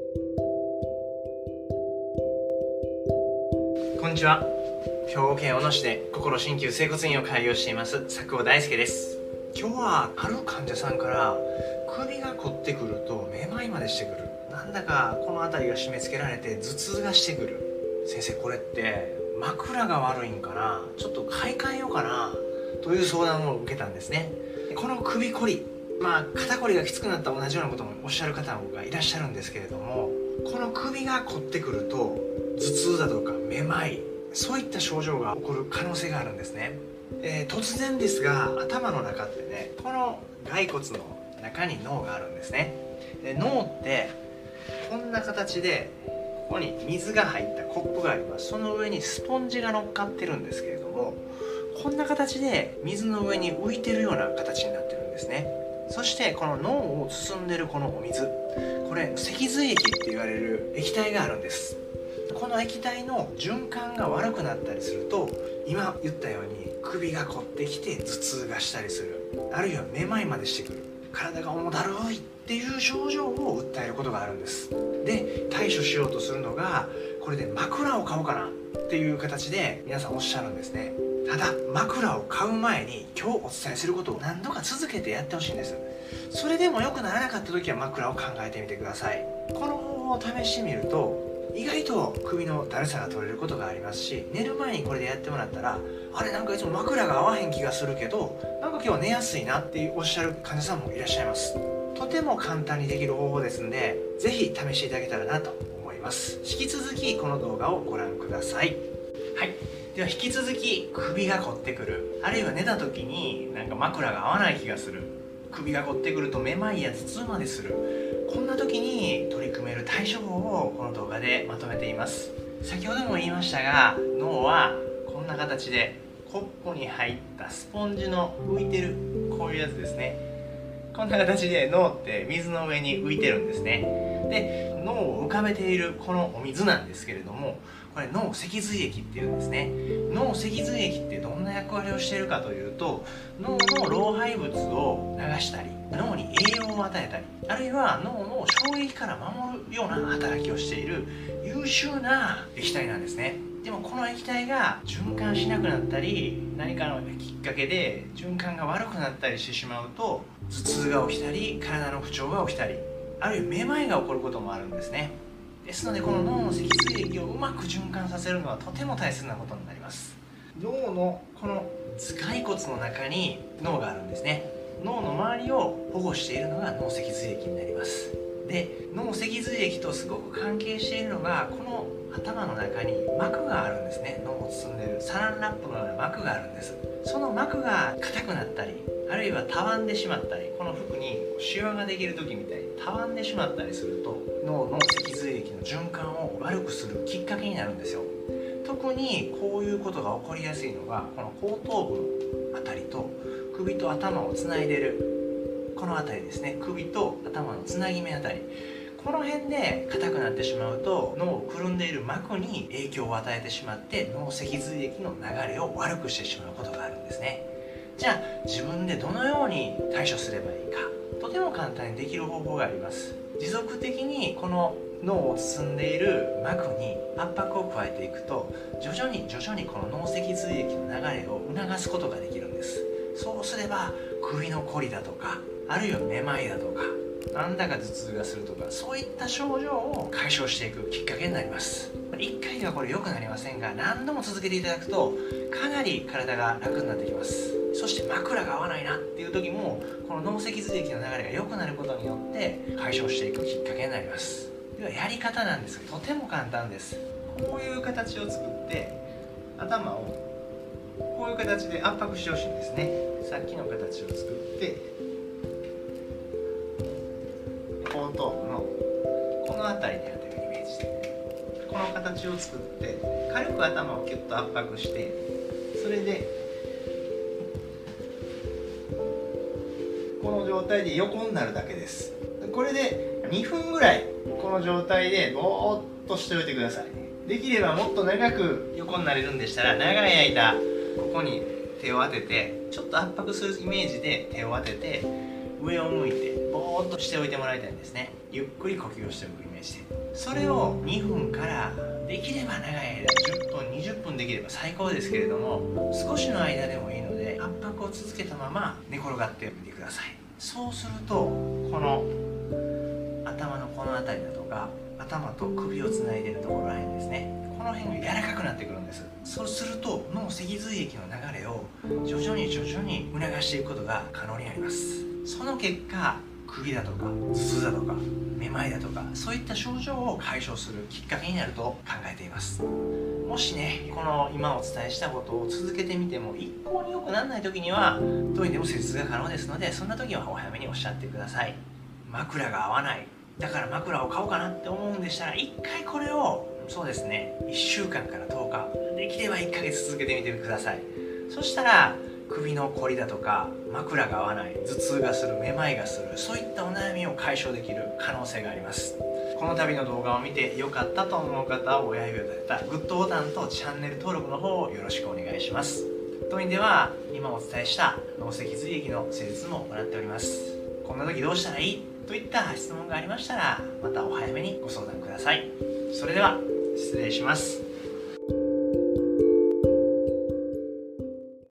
こんにちは。兵庫県小野市で心鍼灸整骨院を開業しています佐久尾大輔です。今日はある患者さんから首が凝ってくるとめまいまでしてくる、なんだかこの辺りが締め付けられて頭痛がしてくる、先生これって枕が悪いんかな、ちょっと買い替えようかなという相談を受けたんですね。この首こり、肩こりがきつくなった同じようなこともおっしゃる方がいらっしゃるんですけれども、この首が凝ってくると頭痛だとかめまい、そういった症状が起こる可能性があるんですね。突然ですが頭の中ってね、この骸骨の中に脳があるんですね。で脳ってこんな形でここに水が入ったコップがあります。その上にスポンジが乗っかってるんですけれども、こんな形で水の上に浮いてるような形になってるんですね。そしてこの脳を包んでるこのお水、これ脊髄液って言われる液体があるんです。この液体の循環が悪くなったりすると、今言ったように首が凝ってきて頭痛がしたりする、あるいはめまいまでしてくる、体が重だるいっていう症状を訴えることがあるんです。で対処しようとするのが、これで枕を買おうかなっていう形で皆さんおっしゃるんですね。ただ枕を買う前に今日お伝えすることを何度か続けてやってほしいんです。それでも良くならなかった時は枕を考えてみてください。この方法を試してみると意外と首のだるさが取れることがありますし、寝る前にこれでやってもらったら、あれなんかいつも枕が合わへん気がするけどなんか今日は寝やすいなっておっしゃる患者さんもいらっしゃいます。とても簡単にできる方法ですので、ぜひ試していただけたらなと思います。引き続きこの動画をご覧ください。はい、では引き続き首が凝ってくる、あるいは寝た時になんか枕が合わない気がする、首が凝ってくるとめまいや頭痛までする、こんな時に取り組める対処法をこの動画でまとめています。先ほども言いましたが、脳はこんな形でコップに入ったスポンジの浮いてるこういうやつですね。こんな形で脳って水の上に浮いてるんですね。で脳を浮かべているこのお水なんですけれども、これ脳脊髄液っていうんですね。脳脊髄液ってどんな役割をしているかというと、脳の老廃物を流したり脳に栄養を与えたり、あるいは脳の衝撃から守るような働きをしている優秀な液体なんですね。でもこの液体が循環しなくなったり、何かのきっかけで循環が悪くなったりしてしまうと頭痛が起きたり体の不調が起きたり、あるいはめまいが起こることもあるんですね。ですのでこの脳の脊髄液をうまく循環させるのはとても大切なことになります。脳のこの頭蓋骨の中に脳があるんですね。脳の周りを保護しているのが脳脊髄液になります。で脳脊髄液とすごく関係しているのが、この頭の中に膜があるんですね。脳を包んでいるサランラップのような膜があるんです。その膜が硬くなったり、あるいはたわんでしまったり、この服にシワができる時みたいにたわんでしまったりすると、脳の脊髄液の循環を悪くするきっかけになるんですよ。特にこういうことが起こりやすいのが、この後頭部のあたりと首と頭をつないでるこの辺りですね。首と頭のつなぎ目あたり、この辺で硬くなってしまうと脳をくるんでいる膜に影響を与えてしまって脳脊髄液の流れを悪くしてしまうことがあるんですね。じゃあ自分でどのように対処すればいいか、とても簡単にできる方法があります。持続的にこの脳を包んでいる膜に圧迫を加えていくと、徐々にこの脳脊髄液の流れを促すことができるんです。そうすれば首のこりだとか、あるいはめまいだとか、なんだか頭痛がするとか、そういった症状を解消していくきっかけになります。1回ではこれ良くなりませんが、何度も続けていただくとかなり体が楽になってきます。そして枕が合わないなっていう時も、この脳脊髄液の流れが良くなることによって解消していくきっかけになります。ではやり方なんですが、とても簡単です。こういう形を作って頭をこういう形で圧迫してほしいんですね。さっきの形を作って、後頭部のこの辺りに当てるイメージで、この形を作って軽く頭をキュッと圧迫して、それでこの状態で横になるだけです。これで2分ぐらいこの状態でぼーっとしておいてください。できればもっと長く横になれるんでしたら、長い間ここに手を当てて、ちょっと圧迫するイメージで手を当てて上を向いてぼーっとしておいてもらいたいんですね。ゆっくり呼吸をしておくイメージで、それを2分からできれば長い間10分20分できれば最高ですけれども、少しの間でもいいので圧迫を続けたまま寝転がってみてください。そうするとこの頭のこの辺りだとか頭と首をつないでいるところらへんですね、この辺が柔らかくなってくるんです。そうすると脳脊髄液の流れを徐々に促していくことが可能になります。その結果首だとか頭痛だとかめまいだとかそういった症状を解消するきっかけになると考えています。もしねこの今お伝えしたことを続けてみても一向に良くならない時には当院でも施術が可能ですので、そんな時はお早めにおっしゃってください。枕が合わない、だから枕を買おうかなって思うんでしたら、一回これをそうですね1週間から10日できれば1ヶ月続けてみてください。そしたら首のこりだとか枕が合わない、頭痛がする、めまいがする、そういったお悩みを解消できる可能性があります。この度の動画を見て良かったと思う方は親指を立てたグッドボタンとチャンネル登録の方をよろしくお願いします。当院では今お伝えした脳脊髄液の施術も行っております。こんな時どうしたらいいといった質問がありましたらまたお早めにご相談ください。それでは失礼します。